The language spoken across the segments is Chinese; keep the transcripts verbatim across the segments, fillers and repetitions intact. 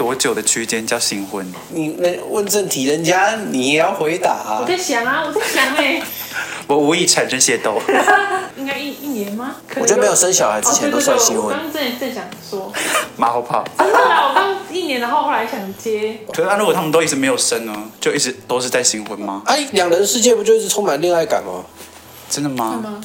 多久的区间叫新婚？ 你问正题，人家你也要回答啊。 我在想啊，我在想哎、欸， 我无意产生械斗。 应该一一年吗？ 我觉得没有生小孩之前都算新婚。 我刚刚正正想说， 马后炮。 真的啦，我刚一年，然后后来想接。 可是、啊、如果他们都一直没有生呢，就一直都是在新婚吗？ 哎，两人世界不就一直充满恋爱感吗？ 真的吗？ 吗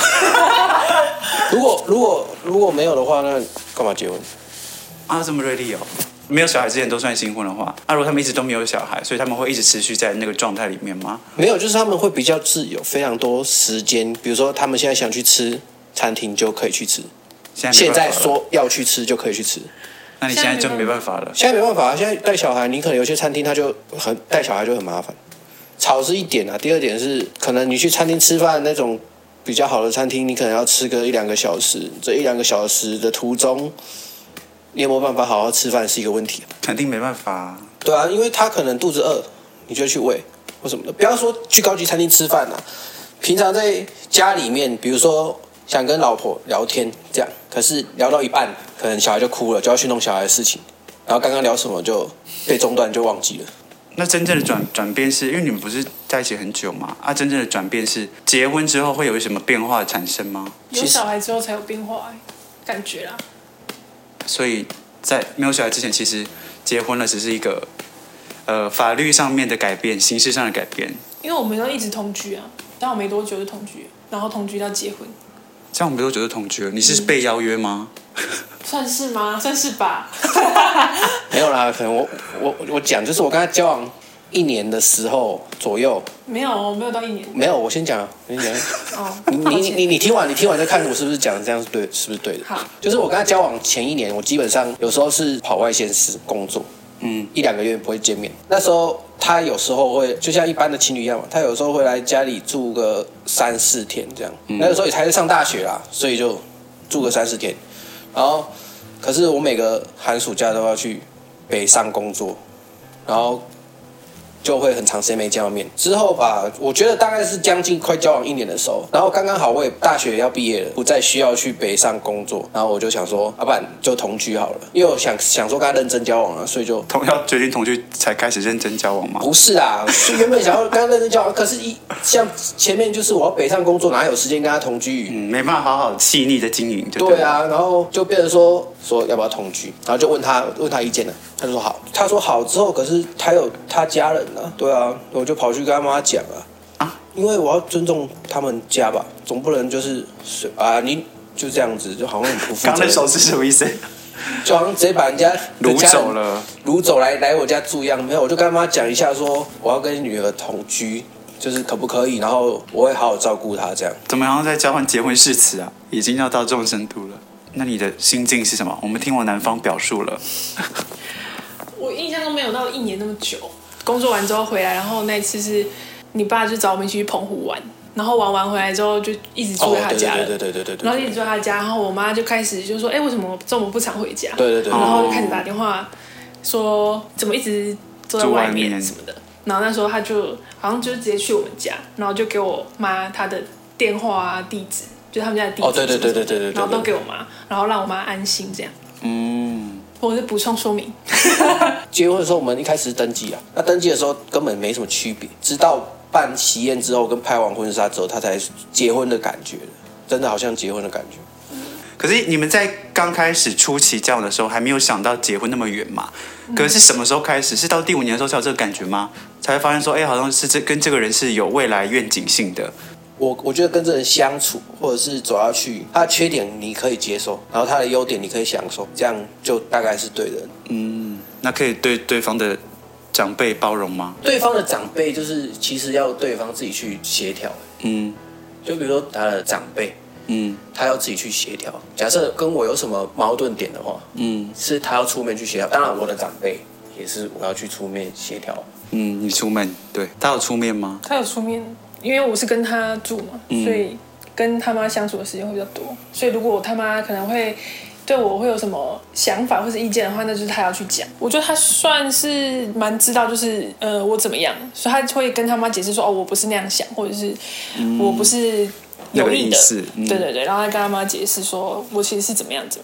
如果如果如果没有的话，那干嘛结婚？ 啊，这么锐利哦！没有小孩之前都算新婚的话，那、啊、如果他们一直都没有小孩，所以他们会一直持续在那个状态里面吗？ 没有，就是他们会比较自由，非常多时间。比如说，他们现在想去吃餐厅就可以去吃， 现在现在说要去吃就可以去吃。 那你现在就没办法了。 现在没办法，现在带小孩，你可能有些餐厅他就很带小孩就很麻烦。吵是一点啊，第二点是可能你去餐厅吃饭那种比较好的餐厅，你可能要吃个一两个小时，这一两个小时的途中，你有没有办法好好吃饭是一个问题。 肯定没办法、啊。 对啊，因为他可能肚子饿，你就去喂或什么的。不要说去高级餐厅吃饭啊，平常在家里面，比如说想跟老婆聊天这样，可是聊到一半，可能小孩就哭了，就要去弄小孩的事情，然后刚刚聊什么就被中断，就忘记了。 那真正的转转变是因为你们不是在一起很久嘛？啊，真正的转变是结婚之后会有什么变化产生吗？ 有小孩之后才有变化、欸，感觉啦。 所以在没有小孩之前，其实结婚了只是一个呃法律上面的改变，形式上的改变。 因为我们都一直同居啊，但我没多久就同居，然后同居到结婚。 这样我们都觉得同居了，你是被邀约吗？嗯、 算是吗？算是吧。 没有啦，可能我我我讲就是我跟他交往一年的时候左右。 没有，没有到一年。 没有，我先讲，我先讲。 哦。 你你你你听完，你听完再看我是不是讲的这样是对，是不是对的？ 好。 就是我跟他交往前一年，我基本上有时候是跑外县市工作，嗯，一两个月不会见面。那时候他有时候会就像一般的情侣一样嘛，他有时候会来家里住个三四天这样。嗯、那个时候也才是上大学啦，所以就住个三四天。然后，可是我每个寒暑假都要去北上工作，然后就会很长时间没见到面。之后吧，我觉得大概是将近快交往一年的时候，然后刚刚好我也大学要毕业了，不再需要去北上工作，然后我就想说，要、啊、不然就同居好了，因为我想想说跟他认真交往啊，所以就同要决定同居才开始认真交往吗？ 不是啊，是原本想要跟他认真交往，可是一像前面就是我要北上工作，哪有时间跟他同居？ 嗯，没办法好好细腻的经营就对。 对啊，然后就变成说说要不要同居，然后就问他问他意见了，他就说好，他说好之后，可是他有他家人啊，对啊，我就跑去跟他妈讲啊，啊，因为我要尊重他们家吧，总不能就是啊你就这样子，就好像很不负责任。 刚那手是什么意思？ 就好像直接把人家掳走了， 掳走来来我家住一样。没有，我就跟他妈讲一下说我要跟女儿同居，就是可不可以，然后我会好好照顾她这样。 怎么好像在交换结婚誓词啊？已经要到这种程度了。那你的心境是什么？我们听我男方表述了。 我印象中没有到一年那么久。工作完之后回来，然后那一次是你爸就找我们一起去澎湖玩，然后玩完回来之后就一直住在他家了， 对对对对对， 然后一直住在他家，然后我妈就开始就说，哎，为什么周末不常回家？ 对对对， 然后就开始打电话说怎么一直坐在外面什么的，然后那时候他就好像就直接去我们家，然后就给我妈他的电话啊地址，就是他们家的地址， 哦对对对对对对， 然后都给我妈，然后让我妈安心这样。嗯，我是补充说明。 结婚的时候我们一开始登记啊，那登记的时候根本没什么区别，直到办喜宴之后跟拍完婚纱之后，他才结婚的感觉，真的好像结婚的感觉。 可是你们在刚开始初期交往的时候，还没有想到结婚那么远嘛？可是什么时候开始？是到第五年的时候才有这个感觉吗？才会发现说，哎，好像是这跟这个人是有未来愿景性的。 我我觉得跟这人相处，或者是走下去，他的缺点你可以接受，然后他的优点你可以享受，这样就大概是对的。 嗯，那可以对对方的长辈包容吗？ 对方的长辈就是其实要对方自己去协调。嗯，就比如说他的长辈。嗯，他要自己去协调。假设跟我有什么矛盾点的话，嗯，是他要出面去协调。当然，我的长辈也是我要去出面协调。 嗯，你出面，对，他有出面吗？ 他有出面，因为我是跟他住嘛，嗯、所以跟他妈相处的时间会比较多。所以如果他妈可能会对我会有什么想法或是意见的话，那就是他要去讲。我觉得他算是蛮知道，就是呃我怎么样，所以他会跟他妈解释说，哦，我不是那样想，或者是我不是。有意的， 嗯、 对对对，然后他跟他妈解释说，我其实是怎么样怎么样，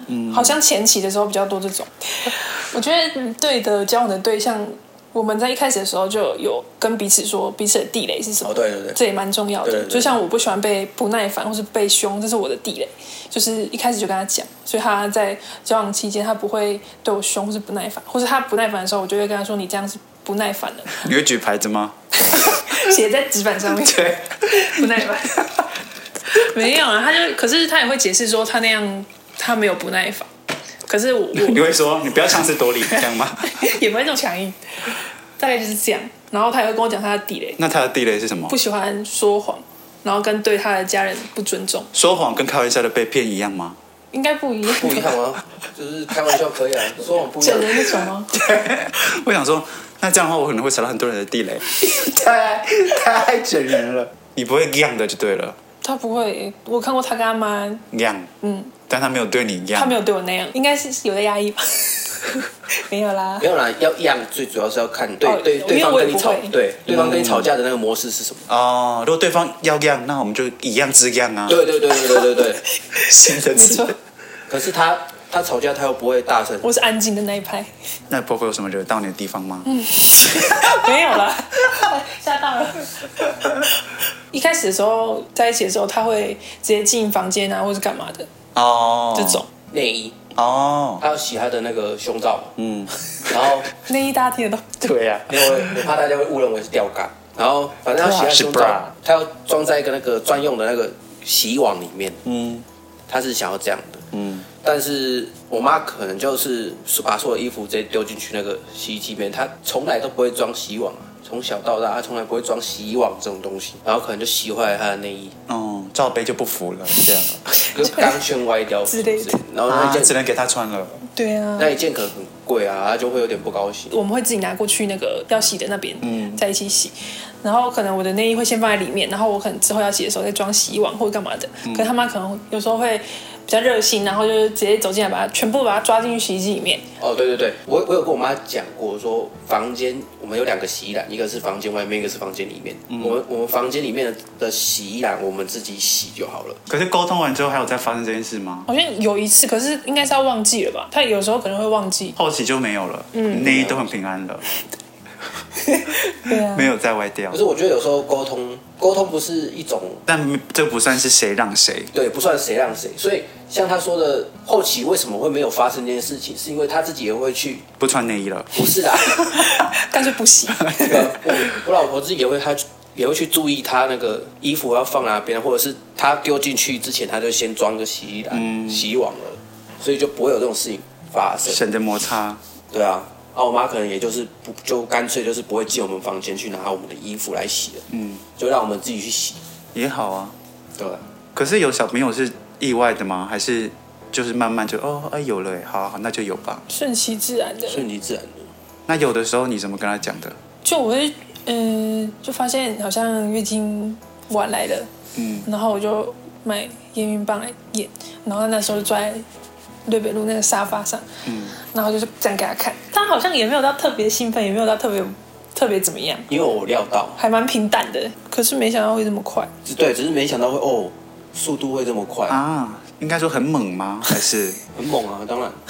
嗯，好像前期的时候比较多这种。我觉得对的交往的对象，我们在一开始的时候就有跟彼此说彼此的地雷是什么。 哦，对对对， 这也蛮重要的。 对对对， 就像我不喜欢被不耐烦或是被凶，这是我的地雷。就是一开始就跟他讲，所以他在交往期间他不会对我凶或是不耐烦，或是他不耐烦的时候，我就会跟他说：“你这样是不耐烦的。” 你会举牌子吗？ 写在纸板上面。 对， 不耐烦。没有啊，他就可是他也会解释说他那样他没有不耐烦，可是我你会说你不要强词夺理这样吗？ 也不会这种强硬，大概就是这样。然后他也会跟我讲他的地雷， 那他的地雷是什么？ 不喜欢说谎，然后跟对他的家人不尊重。 说谎跟开玩笑的被骗一样吗？ 应该不一样， 不一样啊，就是开玩笑可以啊，说谎不一样。 整人那种吗？ 对，我想说，那这样的话我可能会踩到很多人的地雷，太太整人了。你不会一样的就对了。 他不会，我看过他跟他妈一样， 嗯， 但他没有对你一样。 他没有对我那样，应该是有在压抑吧。没有啦， 没有啦，要一样，最主要是要看对、 哦对对方跟你吵因为我也不会， 对对方跟你吵架的那个模式是什么。 哦，如果对方要样，那我们就一样之样啊。 对对对对对对对。 新的词没错。 可是他他吵架他又不会大声。 我是安静的那一派。 那婆婆有什么惹到你的地方吗？ 嗯，没有啦，吓到了。一开始的时候在一起的时候，他会直接进房间啊，或是干嘛的。 哦， 这种内衣。 哦， 他要洗他的那个胸罩， 嗯， 然后内衣大家听得懂。 对呀、 因为我怕大家会误认为是吊嘎，然后反正要洗他胸是 bra 罩，他要装在一个那个专用的那个洗衣网里面， 嗯他是想要这样的， 嗯， 但是我妈可能就是把所有衣服直接丢进去那个洗衣机里面，她从来都不会装洗衣网，从小到大她从来不会装洗衣网这种东西，然后可能就洗坏了她的内衣， 哦，罩杯就不服了，这样， 就钢圈歪掉之类的， 然后那一件、 啊只能给他穿了。 对啊， 那一件可能很贵啊，她就会有点不高兴。 我们会自己拿过去那个要洗的那边，嗯，在一起洗。然后可能我的内衣会先放在里面，然后我可能之后要洗的时候再装洗衣网或者干嘛的。嗯、可是他妈可能有时候会比较热心，然后就是直接走进来把它全部把它抓进去洗衣机里面。 哦，对对对，我我有跟我妈讲过，说房间我们有两个洗衣篮，一个是房间外面，一个是房间里面。嗯、我们我们房间里面的洗衣篮我们自己洗就好了。 可是沟通完之后还有再发生这件事吗？ 好像有一次，可是应该是要忘记了吧？他有时候可能会忘记， 后期就没有了，嗯，内衣都很平安了。 对啊， 没有再歪掉。 可是我觉得有时候沟通沟通不是一种， 但这不算是谁让谁， 对，不算谁让谁。所以像他说的，后期为什么会没有发生这件事情，是因为他自己也会去不穿内衣了。 不是啦， 干脆不洗。 我我老婆自己也会，她也会去注意她那个衣服要放哪边，或者是她丢进去之前，她就先装个洗衣篮、嗯、洗衣网了，所以就不会有这种事情发生， 省得摩擦。 对啊。啊，我妈可能也就是不就干脆就是不会进我们房间去拿我们的衣服来洗了，嗯，就让我们自己去洗， 也好啊。 对啊。 可是有小朋友是意外的吗？还是就是慢慢就哦哎有了哎，好好那就有吧， 顺其自然的。 顺其自然的。 那有的时候你怎么跟他讲的？ 就我会嗯、呃，就发现好像月经晚来了，嗯，然后我就买验孕棒来验，然后那时候就坐在瑞北路那个沙发上，嗯，然后就是这样给他看，他好像也没有到特别兴奋，也没有到特别特别怎么样， 因为我料到还蛮平淡的，可是没想到会这么快。 对，只是没想到会哦，速度会这么快啊？应该说很猛吗？还是很猛啊？当然。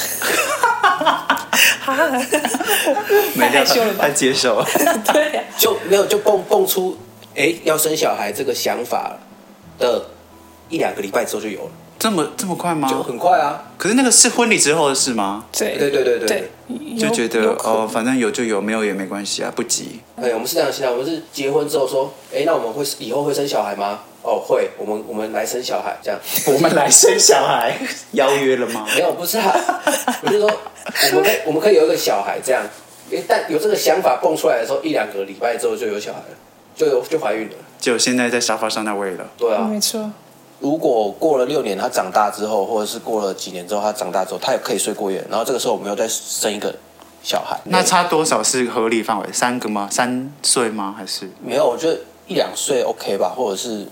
太害羞了吧？ 太接受。 对呀、啊， 就没有就蹦蹦出哎要生小孩这个想法的一两个礼拜之后就有了。 这么这么快吗？ 就很快啊！ 可是那个是婚礼之后的事吗？ 对对对对对对， 就觉得哦，反正有就有，没有也没关系啊，不急。 哎，我们是这样想，我们是结婚之后说，哎，那我们会以后会生小孩吗？哦，会，我们我们来生小孩这样。 我们来生小孩，邀约了吗？ 没有，不是啊，我是说，我们可以我们可以有一个小孩这样，但有这个想法蹦出来的时候，一两个礼拜之后就有小孩了，就有就怀孕了。 就现在在沙发上那位了。 对啊， 没错。 如果过了六年，他长大之后，或者是过了几年之后，他长大之后，他也可以睡过夜，然后这个时候我们又再生一个小孩。 那差多少是合理范围？三个吗？三岁吗？还是？ 没有，我觉得一两岁 OK 吧，或者是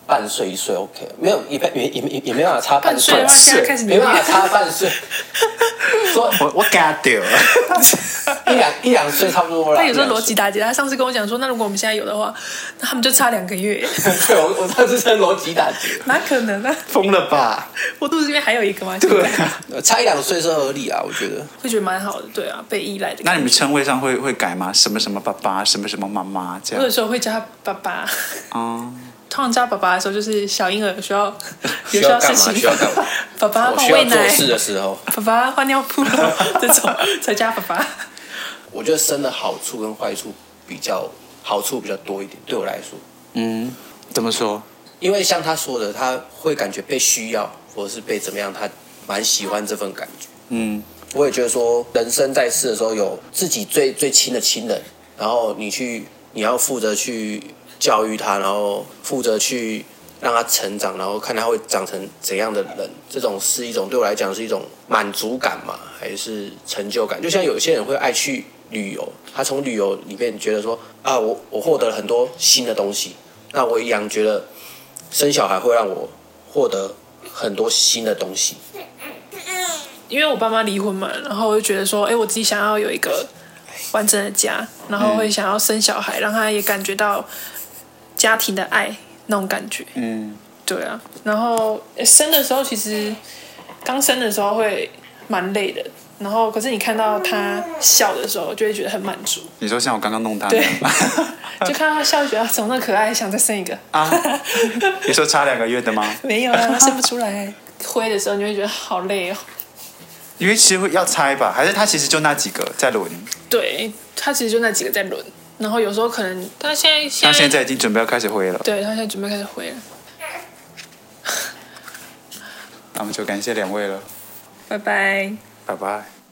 半岁一岁 OK， 没有也也也也也没办法差半岁， 半岁的话现在开始没办法差半岁。说我我给他丢了， 一两一两岁差不多了。 他有时候逻辑打结，他上次跟我讲说，那如果我们现在有的话，那他们就差两个月。 对，我我上次真逻辑打结。 哪可能呢、啊？ 疯了吧？ 我肚子里面还有一个吗？ 对啊， 差一两岁是合理啊，我觉得。 会觉得蛮好的，对啊，被依赖的感觉。 那你们称谓上会会改吗？什么什么爸爸，什么什么妈妈这样？ 我有时候会叫他爸爸。 哦、 通常叫爸爸的时候，就是小婴儿需要有需要干嘛？ 事情， 需要干嘛？ 爸爸我需要换喂奶， 做事的时候， 爸爸换尿布这种才叫爸爸。 我觉得生的好处跟坏处比较，好处比较多一点，对我来说。 嗯，怎么说？ 因为像他说的，他会感觉被需要，或者是被怎么样，他蛮喜欢这份感觉。 嗯， 我也觉得说，人生在世的时候，有自己最最亲的亲人，然后你去，你要负责去教育他，然后负责去让他成长，然后看他会长成怎样的人，这种是一种对我来讲是一种满足感嘛，还是成就感？就像有些人会爱去旅游，他从旅游里面觉得说啊，我我获得了很多新的东西，那我一样觉得生小孩会让我获得很多新的东西。 因为我爸妈离婚嘛，然后我就觉得说，哎，我自己想要有一个完整的家，然后会想要生小孩，让他也感觉到家庭的爱那种感觉。 嗯， 对啊，然后生的时候其实刚生的时候会蛮累的，然后可是你看到他笑的时候，就会觉得很满足。 你说像我刚刚弄他那对样吗？ 就看到他笑，就觉得怎么那么可爱，想再生一个。 啊，你说差两个月的吗？ 没有啊，生不出来。挥的时候你会觉得好累哦。 因为其实会要猜吧，还是他其实就那几个在轮？ 对，他其实就那几个在轮，然后有时候可能他现在现在他现在已经准备要开始挥了。 对他现在准备开始挥了。 那我们就感谢两位了， 拜拜。 拜拜。